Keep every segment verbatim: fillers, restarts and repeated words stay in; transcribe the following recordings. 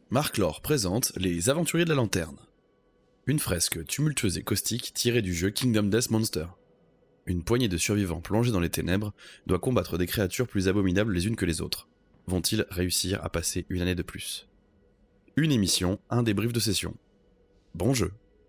Marc Lore présente Les Aventuriers de la Lanterne. Une fresque tumultueuse et caustique tirée du jeu Kingdom Death Monster. Une poignée de survivants plongés dans les ténèbres doit combattre des créatures plus abominables les unes que les autres. Vont-ils réussir à passer une année de plus ? Une émission, un débrief de session. Bon jeu.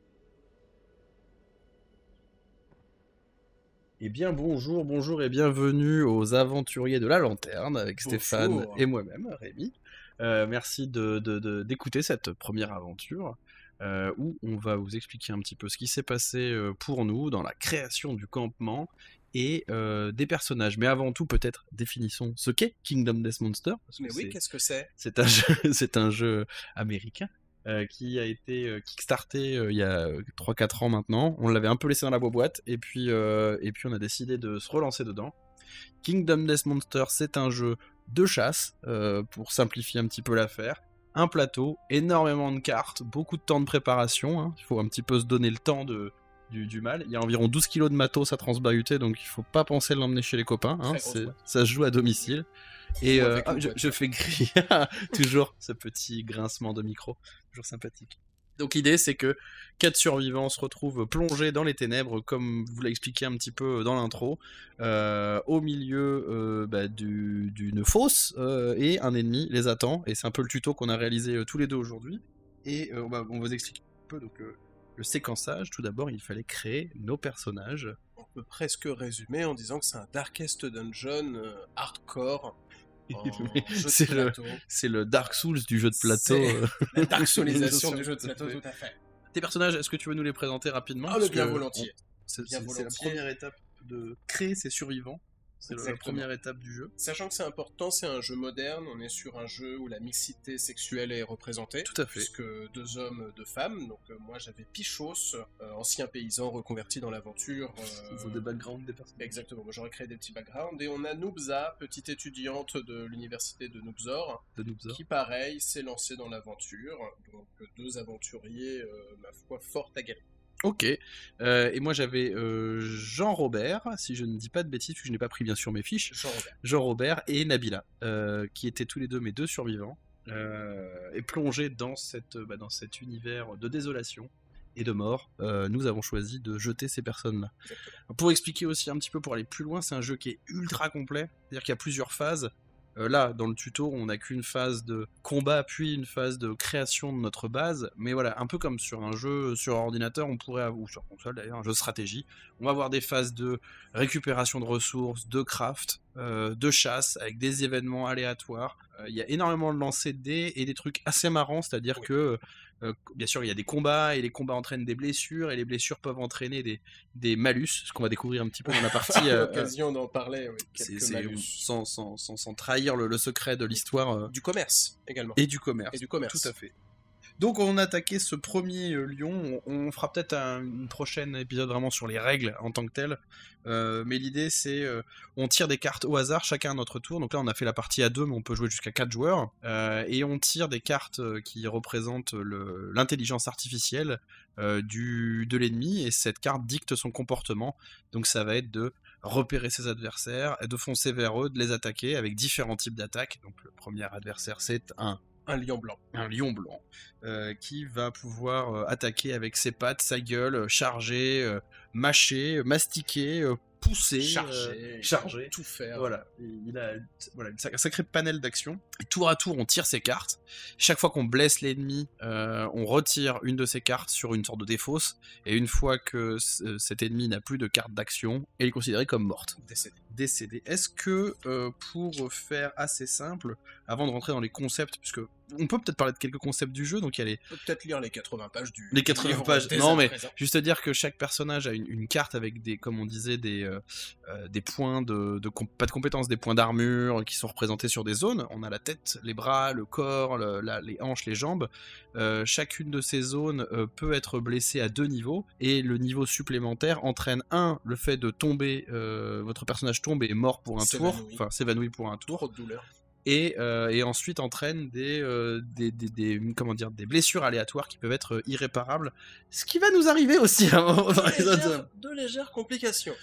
Eh bien bonjour, bonjour et bienvenue aux Aventuriers de la Lanterne avec bonjour. Stéphane et moi-même, Rémi. Euh, merci de, de, de, d'écouter cette première aventure euh, où on va vous expliquer un petit peu ce qui s'est passé pour nous dans la création du campement et euh, des personnages. Mais avant tout, peut-être définissons ce qu'est Kingdom Death Monster. Parce Mais que oui, qu'est-ce que c'est ? C'est un jeu, c'est un jeu américain euh, qui a été euh, kickstarté euh, il y a trois quatre ans maintenant. On l'avait un peu laissé dans la boîte et puis, euh, et puis on a décidé de se relancer dedans. Kingdom Death Monster, c'est un jeu de chasse, euh, pour simplifier un petit peu l'affaire. Un plateau, énormément de cartes, beaucoup de temps de préparation. Hein. Il faut un petit peu se donner le temps de, du, du mal. Il y a environ douze kilos de matos à transbahuter, donc il faut pas penser de l'emmener chez les copains. Hein. C'est, ça se joue à domicile. Et euh, ah, je, je fais griller toujours ce petit grincement de micro, toujours sympathique. Donc l'idée c'est que quatre survivants se retrouvent plongés dans les ténèbres, comme vous l'avez expliqué un petit peu dans l'intro, euh, au milieu euh, bah, du, d'une fosse, euh, et un ennemi les attend, et c'est un peu le tuto qu'on a réalisé euh, tous les deux aujourd'hui. Et euh, on, va, on va vous expliquer un peu donc, euh, le séquençage. Tout d'abord il fallait créer nos personnages. On peut presque résumer en disant que c'est un Darkest Dungeon euh, hardcore. Oh, c'est, le, c'est le Dark Souls du jeu de plateau. C'est la Dark Soulisation du jeu de plateau, tout à fait. Tes personnages, est-ce que tu veux nous les présenter rapidement ? Ah, mais bien volontiers. On... C'est, bien c'est, volontiers. C'est la première étape de créer ces survivants. C'est Exactement. La première étape du jeu. Sachant que c'est important, c'est un jeu moderne, on est sur un jeu où la mixité sexuelle est représentée. Tout à fait. Puisque deux hommes, deux femmes. Donc euh, moi j'avais Pichos, euh, ancien paysan reconverti dans l'aventure. Euh... Ils ont des backgrounds, des personnes. Exactement, moi j'aurais créé des petits backgrounds. Et on a Noobza, petite étudiante de l'université de Noobzor, de Noobzor. Qui pareil s'est lancée dans l'aventure. Donc deux aventuriers, euh, ma foi, fort aguerris. Ok, euh, et moi j'avais euh, Jean-Robert, si je ne dis pas de bêtises, parce que je n'ai pas pris bien sûr mes fiches, Jean-Robert, Jean-Robert et Nabila, euh, qui étaient tous les deux mes deux survivants, euh, et plongés dans, cette, bah, dans cet univers de désolation et de mort, euh, nous avons choisi de jeter ces personnes-là. Exactement. Pour expliquer aussi un petit peu, pour aller plus loin, c'est un jeu qui est ultra complet, c'est-à-dire qu'il y a plusieurs phases. Euh, là, dans le tuto, on n'a qu'une phase de combat, puis une phase de création de notre base. Mais voilà, un peu comme sur un jeu sur ordinateur, on pourrait avoir, ou sur console d'ailleurs, un jeu de stratégie. On va avoir des phases de récupération de ressources, de craft, euh, de chasse, avec des événements aléatoires. Il euh, y a énormément de lancers de dés et des trucs assez marrants, c'est-à-dire oui. que... Euh, bien sûr, il y a des combats, et les combats entraînent des blessures, et les blessures peuvent entraîner des, des malus, ce qu'on va découvrir un petit peu dans la partie... euh, l'occasion d'en parler, oui. C'est, c'est sans, sans, sans, sans trahir le, le secret de l'histoire. Euh... Du commerce, également. Et du commerce. Et du commerce. Tout à fait. Donc on a attaqué ce premier euh, lion, on, on fera peut-être un une prochaine épisode vraiment sur les règles en tant que telles, euh, mais l'idée c'est, euh, on tire des cartes au hasard, chacun à notre tour, donc là on a fait la partie à deux, mais on peut jouer jusqu'à quatre joueurs, euh, et on tire des cartes qui représentent le, l'intelligence artificielle euh, du, de l'ennemi, et cette carte dicte son comportement, donc ça va être de repérer ses adversaires, de foncer vers eux, de les attaquer avec différents types d'attaques. Donc le premier adversaire c'est un Un lion blanc. Un lion blanc, euh, qui va pouvoir euh, attaquer avec ses pattes, sa gueule, charger, euh, mâcher, mastiquer, euh, pousser, charger, euh, charger, tout faire. Voilà, il a voilà, un sacré panel d'actions. Et tour à tour, on tire ses cartes. Chaque fois qu'on blesse l'ennemi, euh, on retire une de ses cartes sur une sorte de défausse. Et une fois que c- cet ennemi n'a plus de carte d'action, elle est considérée comme morte. Décédée. Décédée. Est-ce que, euh, pour faire assez simple, avant de rentrer dans les concepts, puisque on peut peut-être parler de quelques concepts du jeu, donc il y a les... On peut peut-être lire les quatre-vingts pages du... Les quatre-vingts pages, non mais présent. Juste dire que chaque personnage a une, une carte avec des, comme on disait, des, euh, euh, des points de, de... pas de compétences, des points d'armure qui sont représentés sur des zones. On a la tête, les bras, le corps, le, la, les hanches, les jambes. Euh, chacune de ces zones euh, peut être blessée à deux niveaux, et le niveau supplémentaire entraîne, un, le fait de tomber, euh, votre personnage tombe et est mort pour un s'évanouit. tour, enfin s'évanouit pour un tour. Trop de douleur. Et, euh, et ensuite entraîne des, euh, des, des, des, comment dire, des blessures aléatoires qui peuvent être irréparables, ce qui va nous arriver aussi à un moment dans les autres zones. De légères complications.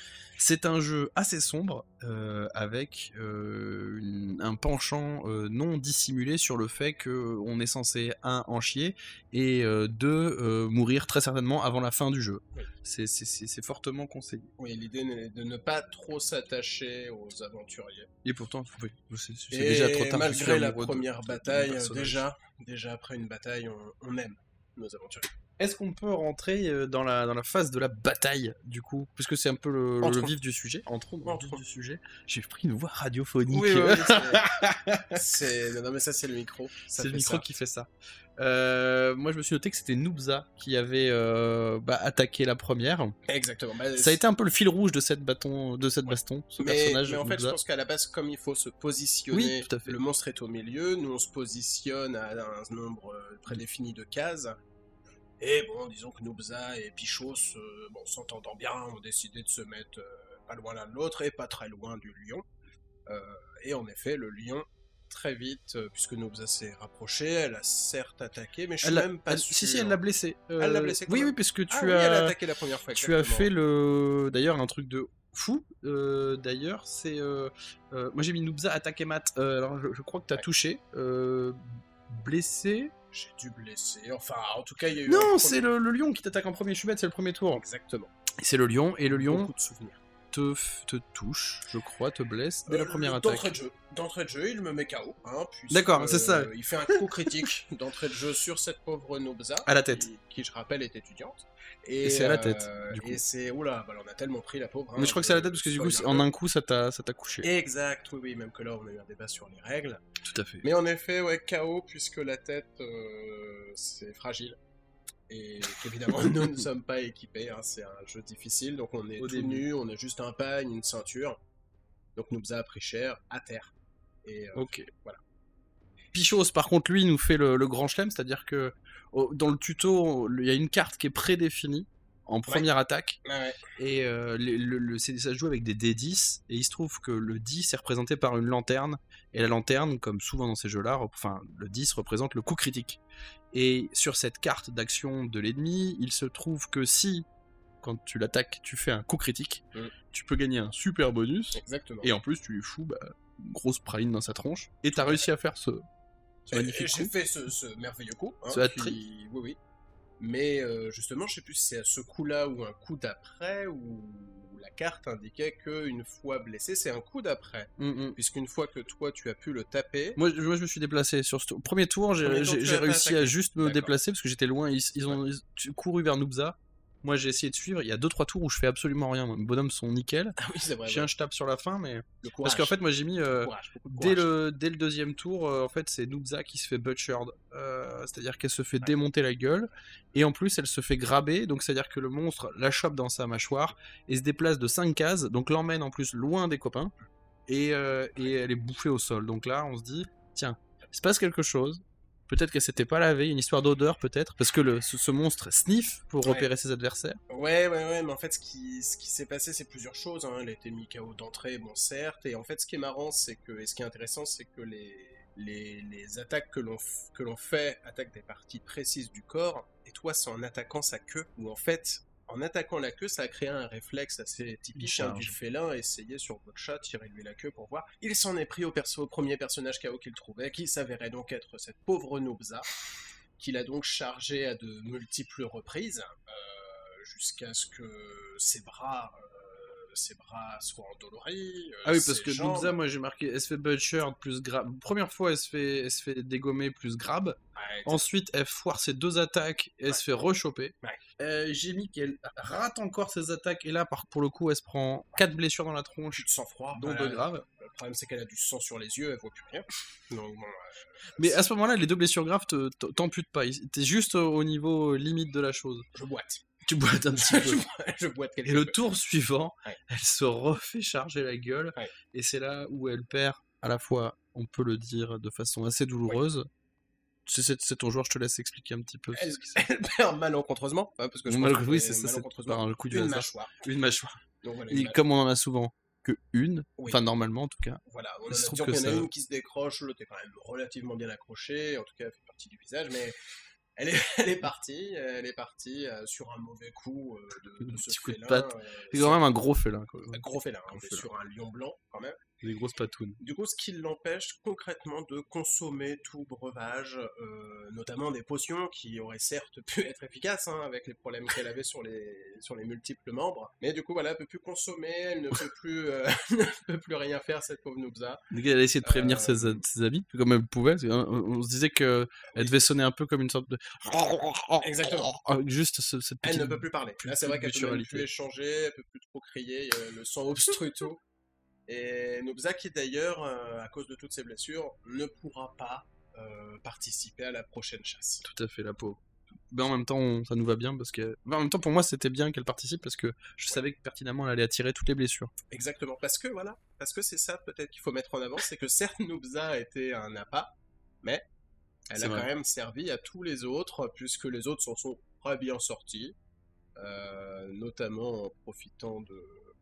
C'est un jeu assez sombre, euh, avec euh, une- un penchant euh, non dissimulé sur le fait qu'on est censé, un, en chier, et euh, deux, euh, mourir très certainement avant la fin du jeu. Oui. C'est, c'est, c'est, c'est fortement conseillé. Oui, l'idée est de ne pas trop s'attacher aux aventuriers. Et pourtant, oui, c'est, c'est Et déjà trop tard. je suis malgré la amoureux de- première de- de mon bataille, personnage. déjà, déjà après une bataille, on, on aime nos aventuriers. Est-ce qu'on peut rentrer euh, dans la, dans la phase de la bataille, du coup? Puisque c'est un peu le, le Entrons. vif du sujet. Entrons dans le Entrons. vif du sujet. J'ai pris une voix radiophonique. Oui, oui, oui, c'est- c'est... Non, mais ça, c'est le micro. Ça C'est le fait micro ça. qui fait ça. Euh, moi, je me suis noté que c'était Noobza qui avait euh, bah, attaqué la première. Exactement. Bah, Ça a été un peu le fil rouge de cette, bâton, de cette Ouais. baston, ce mais, personnage. mais en fait, Noobza. je pense qu'à la base, comme il faut se positionner, Oui, tout à fait. le monstre est au milieu, nous on se positionne à un nombre euh, prédéfini de cases. Et bon, disons que Noobza et Pichos, euh, bon, s'entendant bien, ont décidé de se mettre euh, pas loin l'un de l'autre et pas très loin du lion. Euh, et en effet, le lion, très vite, euh, puisque Noobza s'est rapprochée, elle a certes attaqué, mais je suis Elle l'a- même pas elle- sûr. Si, si, elle l'a blessé. Elle l'a blessé quand Oui, même. oui, puisque tu Ah oui, elle a as. attaqué la première fois. Tu as exactement. fait le. D'ailleurs, un truc de fou. euh, D'ailleurs, c'est. euh, euh, Moi, j'ai mis Noobza attaquer Matt. Euh, alors, je, je crois que tu as Ouais. touché. Euh, Blessé. J'ai dû blesser. Enfin, en tout cas, il y a eu. un Non, premier- c'est le, le lion qui t'attaque en premier. Je suis bête, c'est le premier tour. Exactement. C'est le lion, et le lion Beaucoup de souvenirs. te, f- te touche, je crois, te blesse dès Euh, la première D'entrée attaque. de jeu, d'entrée de jeu, il me met K O. Hein, puisque, D'accord, c'est ça. euh, il fait un coup critique d'entrée de jeu sur cette pauvre Noobza. À la tête. Qui, qui, je rappelle, est étudiante. Et, Et c'est à la euh, tête, du coup. Et c'est. Oula, bah, on a tellement pris la pauvre. hein, Mais je crois que c'est à la tête de- parce que du coup, spoiler en alert. un coup, ça t'a ça t'a couché. Exact, oui, oui, même que là, on a eu un débat sur les règles. Tout à fait. Mais en effet, ouais, K O, puisque la tête, euh, c'est fragile. Et qu'évidemment, nous ne sommes pas équipés. Hein, c'est un jeu difficile, donc on est Au tout début. nu, on a juste un pagne, une ceinture. Donc Noobza a pris cher, à terre. Et euh, Ok. voilà. Pichos, par contre, lui, nous fait le, le grand chelem, c'est-à-dire que au- dans le tuto, il y a une carte qui est prédéfinie en première attaque, Ah ouais. et euh, le, le- le- c'est- ça se joue avec des dés dix, et il se trouve que le dix est représenté par une lanterne, et la lanterne, comme souvent dans ces jeux-là, rep- enfin, le dix représente le coup critique. Et sur cette carte d'action de l'ennemi, il se trouve que si, quand tu l'attaques, tu fais un coup critique, Mm. tu peux gagner un super bonus, Exactement. et en plus, tu lui fous bah, une grosse praline dans sa tronche, et t'as réussi à faire ce, ce Et- magnifique et J'ai coup. fait ce, ce merveilleux coup. Hein, Ce hat qui- trick. Oui, oui. Mais euh, justement, je sais plus si c'est à ce coup-là ou un coup d'après, où la carte indiquait qu'une fois blessé, c'est un coup d'après. Mm, mm. Puisqu'une fois que toi, tu as pu le taper... Moi, je- moi, je me suis déplacé sur ce tour. Premier tour, j'ai Premier tour, j'ai- tu j'ai as pas réussi à attaqué. juste me D'accord. déplacer parce que j'étais loin. Ils, ils ont ils ont couru vers Noobza. Moi, j'ai essayé de suivre. Il y a deux trois tours où je fais absolument rien. Mes bonhommes sont nickel. Ah oui, c'est vrai. Chien, ouais. je tape sur la fin, mais Le courage. parce qu'en fait, moi, j'ai mis euh, Courage, beaucoup de dès courage. le dès le deuxième tour, euh, en fait, c'est Noobza qui se fait butchered. Euh, c'est-à-dire qu'elle se fait démonter la gueule et en plus, elle se fait grabber. Donc, c'est-à-dire que le monstre la chope dans sa mâchoire et se déplace de cinq cases. Donc, l'emmène en plus loin des copains et euh, et elle est bouffée au sol. Donc là, on se dit, tiens, il se passe quelque chose. Peut-être qu'elle s'était pas lavée, une histoire d'odeur peut-être, parce que le, ce, ce monstre sniffe pour Ouais. repérer ses adversaires. Ouais, ouais, ouais, mais en fait, ce qui, ce qui s'est passé, c'est plusieurs choses. Hein. Elle a été mis K O d'entrée, bon, certes. Et en fait, ce qui est marrant, c'est que, et ce qui est intéressant, c'est que les, les, les attaques que l'on, f- que l'on fait attaquent des parties précises du corps. Et toi, c'est en attaquant sa queue, où en fait, en attaquant la queue, ça a créé un réflexe assez typique hein, charge. du félin. Essayer sur votre chat, tirer-lui la queue pour voir. Il s'en est pris au, perso, au premier personnage K O qu'il trouvait, qui s'avérait donc être cette pauvre Noobza, qu'il a donc chargé à de multiples reprises. Euh, jusqu'à ce que ses bras, euh, ses bras soient endoloris. euh, Ah oui, parce ses que jambes. Noobza, moi j'ai marqué, elle se fait butchered plus grab. Première fois, elle se fait, elle se fait dégommer plus grab. Ouais, Ensuite, elle foire ses deux attaques et elle Ouais. se fait rechoper. Ouais. Euh, j'ai mis qu'elle rate encore ses attaques et là, par, pour le coup, elle se prend quatre blessures dans la tronche, plus de sang-froid. dont Voilà. deux graves. Le problème, c'est qu'elle a du sang sur les yeux, elle voit plus rien. Donc, bon, euh, Mais à ce moment-là, les deux blessures graves te- te- t'amputent pas. T'es juste au au niveau limite de la chose. je boite. Tu boites un petit je, peu. boite je boite quelque Et le peu. tour suivant, Ouais. elle se refait charger la gueule. Ouais. Et c'est là où elle perd, à la fois, on peut le dire de façon assez douloureuse. C'est, c'est, c'est ton joueur, je te laisse expliquer un petit peu. Elle, ce qui s'est- elle perd malencontreusement. hein, parce que je Mal- pense que oui, c'est c'est ça, c'est malencontreusement. par un coup du Une hasard. mâchoire. Une mâchoire. Donc, voilà, Et une ma- comme on en a souvent que une, Oui. enfin normalement en tout cas, Voilà, on il se a trouve disons que qu'il y en a ça- une qui se décroche, l'autre est quand même relativement bien accrochée, en tout cas elle fait partie du visage, mais Elle est, elle est partie, elle est partie euh, sur un mauvais coup euh, de, de ce Petit coup de félin. patte. euh, C'est sur- quand même un gros félin, quoi. un gros félin, Gros on est félin. sur un lion blanc quand même. Des grosses patounes. Du coup, ce qui l'empêche concrètement de consommer tout breuvage, euh, notamment des potions qui auraient certes pu être efficaces hein, avec les problèmes qu'elle avait sur les, sur les multiples membres. Mais du coup, voilà, elle peut plus consommer, elle ne peut plus, euh, ne peut plus rien faire, cette pauvre Noobza. Elle a essayé de prévenir Euh, ses, ses amis, comme elle pouvait. Parce que, hein, on, on se disait qu'elle Oui. devait sonner un peu comme une sorte de. Exactement. Avec juste ce- cette Elle petite. ne peut plus parler. Là, c'est vrai qu'elle peut même gutturalité. plus échanger, elle peut plus trop crier, il y a le sang obstrue tout. Et Noobza, qui d'ailleurs, euh, à cause de toutes ses blessures, ne pourra pas euh, participer à la prochaine chasse. Tout à fait, la peau. Mais en même temps, on- ça nous va bien parce que. Enfin, en même temps, pour moi, c'était bien qu'elle participe parce que je savais que pertinemment, elle allait attirer toutes les blessures. Exactement, parce que voilà, parce que c'est ça peut-être qu'il faut mettre en avant, c'est que certes Noobza était un appât, mais elle C'est a vrai. quand même servi à tous les autres, puisque les autres s'en sont très bien sortis, euh, notamment en profitant de,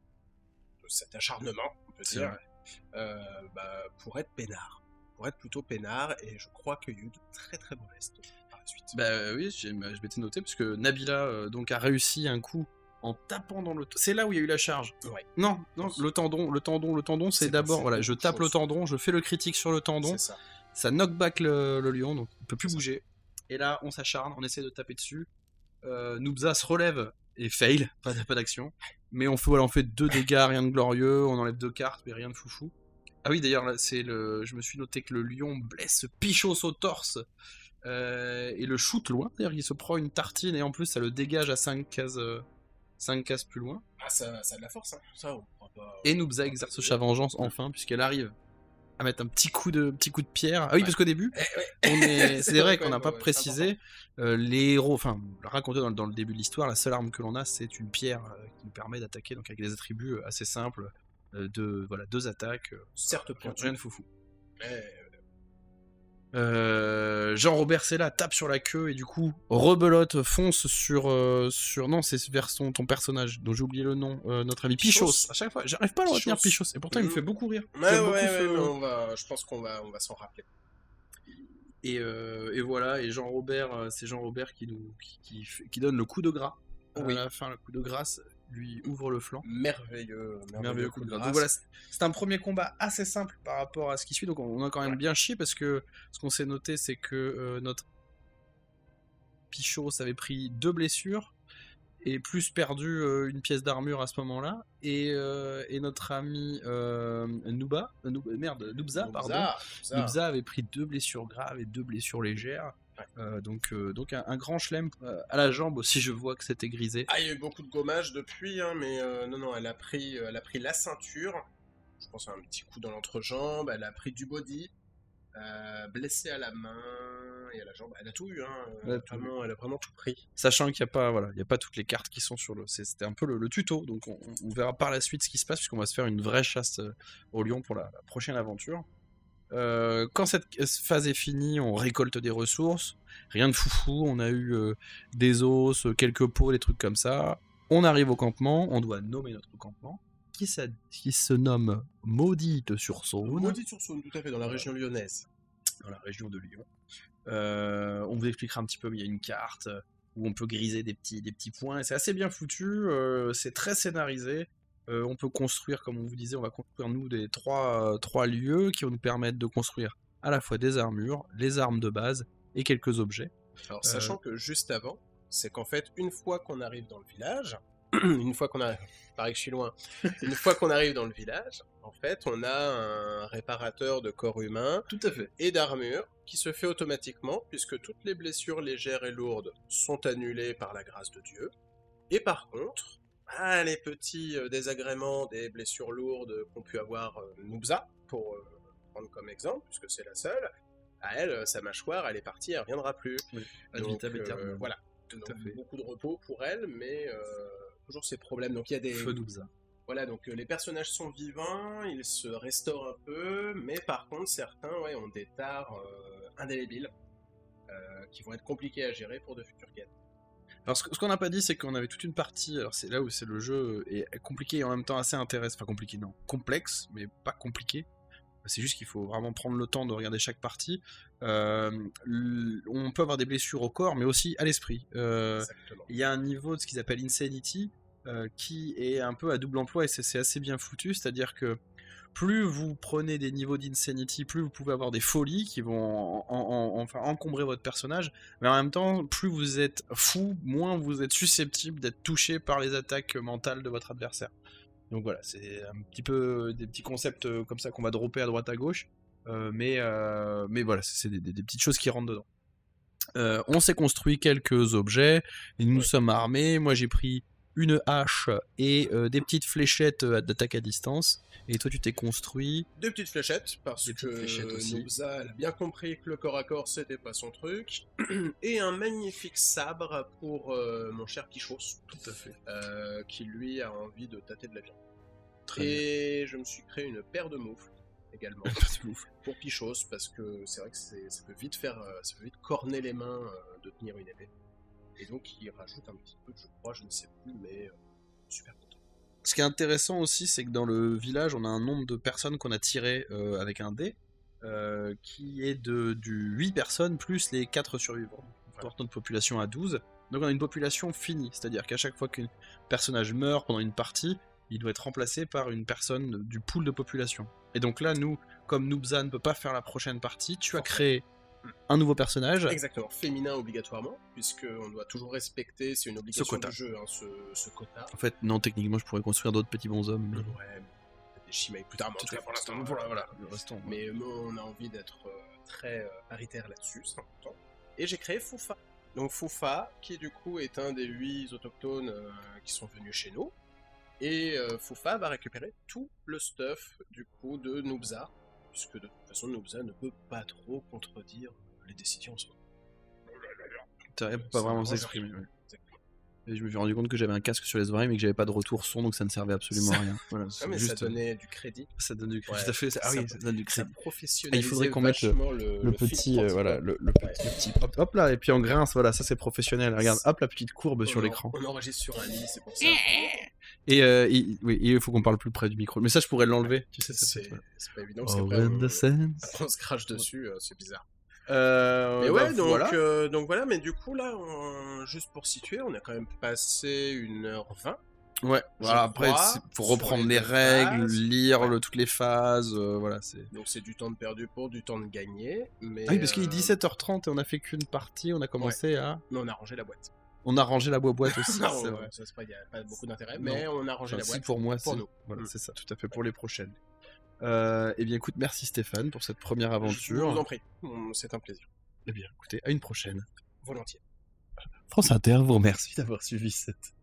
de cet acharnement, on peut C'est dire, vrai. euh, bah, pour être peinard, pour être plutôt peinard, et je crois qu'il y a eu de très très mauvaises tombes par la suite. Bah oui, j'ai- bah, je m'étais noté parce que Nabila euh, donc a réussi un coup en tapant dans le. C'est là où il y a eu la charge. Ouais. Non, non, le tendon, le tendon, le tendon, c'est C'est- d'abord c'est voilà, je beaucoup de tape le choses. tendon, je fais le critique sur le tendon, C'est ça. ça knock back le, le lion, donc il peut plus C'est ça. bouger. Et là, on s'acharne, on essaie de taper dessus. Euh, Noobza se relève et fail, pas, d- pas d'action. Mais on fait, voilà, on fait deux dégâts, rien de glorieux, on enlève deux cartes, mais rien de foufou. Ah oui, d'ailleurs, là, c'est le, je me suis noté que le lion blesse Pichos au torse euh, et le shoot loin. D'ailleurs, il se prend une tartine et en plus, ça le dégage à cinq cases, euh, cinq cases plus loin. Ah, ça, ça a de la force, hein. Ça, on pourra pas... Et Noobza exerce sa vengeance enfin, puisqu'elle arrive à mettre un petit coup de, petit coup de pierre. Ah oui, Ouais. parce qu'au début, Eh, ouais. on est, c'est vrai quand qu'on n'a même, pas ouais, c'est précisé. Euh, les héros, enfin, on l'a raconté dans, le- dans le début de l'histoire, la seule arme que l'on a, c'est une pierre euh, qui nous permet d'attaquer, donc avec des attributs euh, assez simples, euh, de voilà, deux attaques, euh, Certes rien, pointu, rien de foufou. mais Euh, Jean-Robert Sella tape sur la queue et du coup rebelote, fonce sur euh, sur non, c'est vers son ton personnage dont j'ai oublié le nom, euh, notre ami Pichos. Pichos. À chaque fois, j'arrive pas à le retenir Pichos. Pichos et pourtant il me Mhm. fait beaucoup rire. Ouais, J'aime ouais, beaucoup ouais, ce- mais on va, je pense qu'on va, on va s'en rappeler. Et, euh, et voilà, et Jean-Robert, euh, c'est Jean-Robert qui nous qui, qui, fait- qui donne le coup de gras. Oui. À la fin, le coup de grâce lui ouvre le flanc. Merveilleux, merveilleux, Merveilleux coup coup de de grâce. grâce. Donc voilà, c'est c'est un premier combat assez simple par rapport à ce qui suit. Donc on a quand même Ouais. bien chié parce que ce qu'on s'est noté, c'est que euh, notre Pichos avait pris deux blessures et plus perdu euh, une pièce d'armure à ce moment-là. Et, euh, et notre ami euh, Nuba, euh, Nub- merde, Nubza, pardon. Noobza, Noobza. Nubza avait pris deux blessures graves et deux blessures légères. Ouais. Euh, donc, euh, donc un, un grand chelem euh, à la jambe aussi, je vois que c'était grisé. Ah, il y a eu beaucoup de gommage depuis, hein, mais euh, non, non, elle a pris, euh, elle a pris la ceinture. Je pense à un petit coup dans l'entrejambe. Elle a pris du body, euh, blessé à la main et à la jambe. Elle a tout eu, hein. Elle a tout vraiment, elle a vraiment tout pris. Sachant qu'il n'y a pas, voilà, il y a pas toutes les cartes qui sont sur le. c'est- C'était un peu le, le tuto, donc on, on verra par la suite ce qui se passe puisqu'on va se faire une vraie chasse euh, au lion pour la, la prochaine aventure. Euh, quand cette phase est finie, on récolte des ressources, rien de foufou, on a eu euh, des os, quelques pots, des trucs comme ça. On arrive au campement, on doit nommer notre campement, qui, s'a- qui se nomme Maudite sur Saône, Maudit sur Saône, tout à fait, dans la région lyonnaise. dans la région de Lyon. Euh, on vous expliquera un petit peu, mais il y a une carte où on peut griser des petits, des petits points, et c'est assez bien foutu, euh, c'est très scénarisé. Euh, on peut construire, comme on vous disait, on va construire nous des trois, euh, trois lieux qui vont nous permettre de construire à la fois des armures, les armes de base et quelques objets. Alors, sachant que juste avant, c'est qu'en fait, une fois qu'on arrive dans le village, une fois qu'on arrive, pareil que je suis loin, une fois qu'on arrive dans le village, en fait, on a un réparateur de corps humain Tout à fait. et d'armure qui se fait automatiquement, puisque toutes les blessures légères et lourdes sont annulées par la grâce de Dieu. Et par contre, ah, les petits euh, désagréments des blessures lourdes qu'ont pu avoir euh, Noobza, pour euh, prendre comme exemple, puisque c'est la seule, à elle, euh, sa mâchoire, elle est partie, elle ne reviendra plus. Oui. Ad Donc, vitam euh, aeternam. voilà. Tout Donc, à fait. beaucoup de repos pour elle, mais euh, toujours ces problèmes. Donc il y a des... Feu Noobza. Voilà, donc euh, les personnages sont vivants, ils se restaurent un peu, mais par contre, certains ouais, ont des tares euh, indélébiles euh, qui vont être compliqués à gérer pour de futures quêtes. Alors ce, ce qu'on n'a pas dit, c'est qu'on avait toute une partie, alors c'est là où c'est le jeu est compliqué et en même temps assez intéressant, enfin compliqué non, complexe, mais pas compliqué. C'est juste qu'il faut vraiment prendre le temps de regarder chaque partie. Euh, l- on peut avoir des blessures au corps, mais aussi à l'esprit. Euh, Exactement. Il y a un niveau de ce qu'ils appellent Insanity, euh, qui est un peu à double emploi, et c'est c'est assez bien foutu, c'est-à-dire que plus vous prenez des niveaux d'Insanity, plus vous pouvez avoir des folies qui vont en- en- en- enfin, encombrer votre personnage, mais en même temps, plus vous êtes fou, moins vous êtes susceptible d'être touché par les attaques mentales de votre adversaire. Donc voilà, c'est un petit peu des petits concepts euh, comme ça qu'on va dropper à droite à gauche, euh, mais, euh, mais voilà, c'est des, des- des petites choses qui rentrent dedans. Euh, on s'est construit quelques objets, et nous Ouais. sommes armés. Moi j'ai pris une hache et euh, des petites fléchettes euh, d'attaque à distance. Et toi tu t'es construit. Deux petites fléchettes, parce Des petites que fléchettes aussi. Nobza elle a bien compris que le corps à corps c'était pas son truc. Et un magnifique sabre pour euh, mon cher Pichos, Tout à fait. euh, qui lui a envie de tâter de la viande. Très Et je me suis créé une paire de moufles également bien. pour Pichos, parce que c'est vrai que c'est- ça peut vite faire, euh, ça peut vite corner les mains euh, de tenir une épée. Et donc il rajoute un petit peu, je crois, je ne sais plus, mais euh, super content. Ce qui est intéressant aussi, c'est que dans le village, on a un nombre de personnes qu'on a tiré euh, avec un dé, euh, qui est de du huit personnes plus les quatre survivants. On porte notre population à douze. Donc on a une population finie, c'est-à-dire qu'à chaque fois qu'un personnage meurt pendant une partie, il doit être remplacé par une personne du pool de population. Et donc là, nous, comme Noobza ne peut pas faire la prochaine partie, tu as créé un nouveau personnage. Exactement, féminin obligatoirement, puisqu'on doit toujours respecter, c'est une obligation quota. du jeu, hein, ce, ce quota. En fait, non, techniquement, je pourrais construire d'autres petits bonshommes. mais- Ouais, mais peut-être des chimailles plus tard, mais en Tout tout à cas pour fait, l'instant, pour la- voilà. le restant, Mais euh, moi, on a envie d'être euh, très euh, paritaire là-dessus, c'est important. Et j'ai créé Foufa. Donc Foufa, qui du coup est un des huit autochtones euh, qui sont venus chez nous. Et euh, Foufa va récupérer tout le stuff du coup de Noobza, puisque de toute façon Noobza ne peut pas trop contredire les décisions en soi. T'arrives pas C'est un vraiment grand s'exprimer. gentil. ouais. Et je me suis rendu compte que j'avais un casque sur les oreilles mais que j'avais pas de retour son, donc ça ne servait absolument à rien. Voilà, Ah c'est mais juste, ça donnait du crédit. ça donne du crédit. Ouais, Tout à fait. Ah oui, ça- ça donne du Ça crédit. professionnalisait Ah, il faudrait qu'on mette le- vachement le, Le, le fil petit, euh, portique, voilà, quoi. le, le petit, le petit hop, hop là, et puis en grince, voilà, ça c'est professionnel. Regarde, hop la petite courbe sur On en- l'écran. On enregistre sur un lit, c'est pour ça. Et, euh, et- oui, et il faut qu'on parle plus près du micro. Mais ça, je pourrais l'enlever. Tu sais, ça C'est peut être- c'est pas évident, parce Oh, qu'après when on, the sense. on se crache dessus, euh, c'est bizarre. Euh, Mais bah, ouais, donc, voilà. euh, donc voilà, mais du coup là, on- juste pour situer, on a quand même passé une heure vingt. Ouais, je voilà, après, crois, il faut sur reprendre les les deux règles, phases. lire Ouais. le- toutes les phases, euh, voilà, c'est. Donc c'est du temps de perdu pour du temps de gagné. Mais, Ah oui, parce qu'il est euh, dix-sept heures trente et on a fait qu'une partie, on a commencé à. mais on a rangé la boîte. On a rangé la boîte aussi, Non, c'est ouais, vrai. ça, c'est pas, il n'y a pas beaucoup d'intérêt, Non. mais on a rangé Enfin, la si, boîte. pour moi, pour si. nous. Voilà, Mm. c'est ça, tout à fait, pour les prochaines. Euh, eh bien, écoute, merci Stéphane pour cette première Je aventure. vous en prie, Mm, c'est un plaisir. Eh bien, écoutez, à une prochaine. Volontiers. France Inter vous remercie d'avoir suivi cette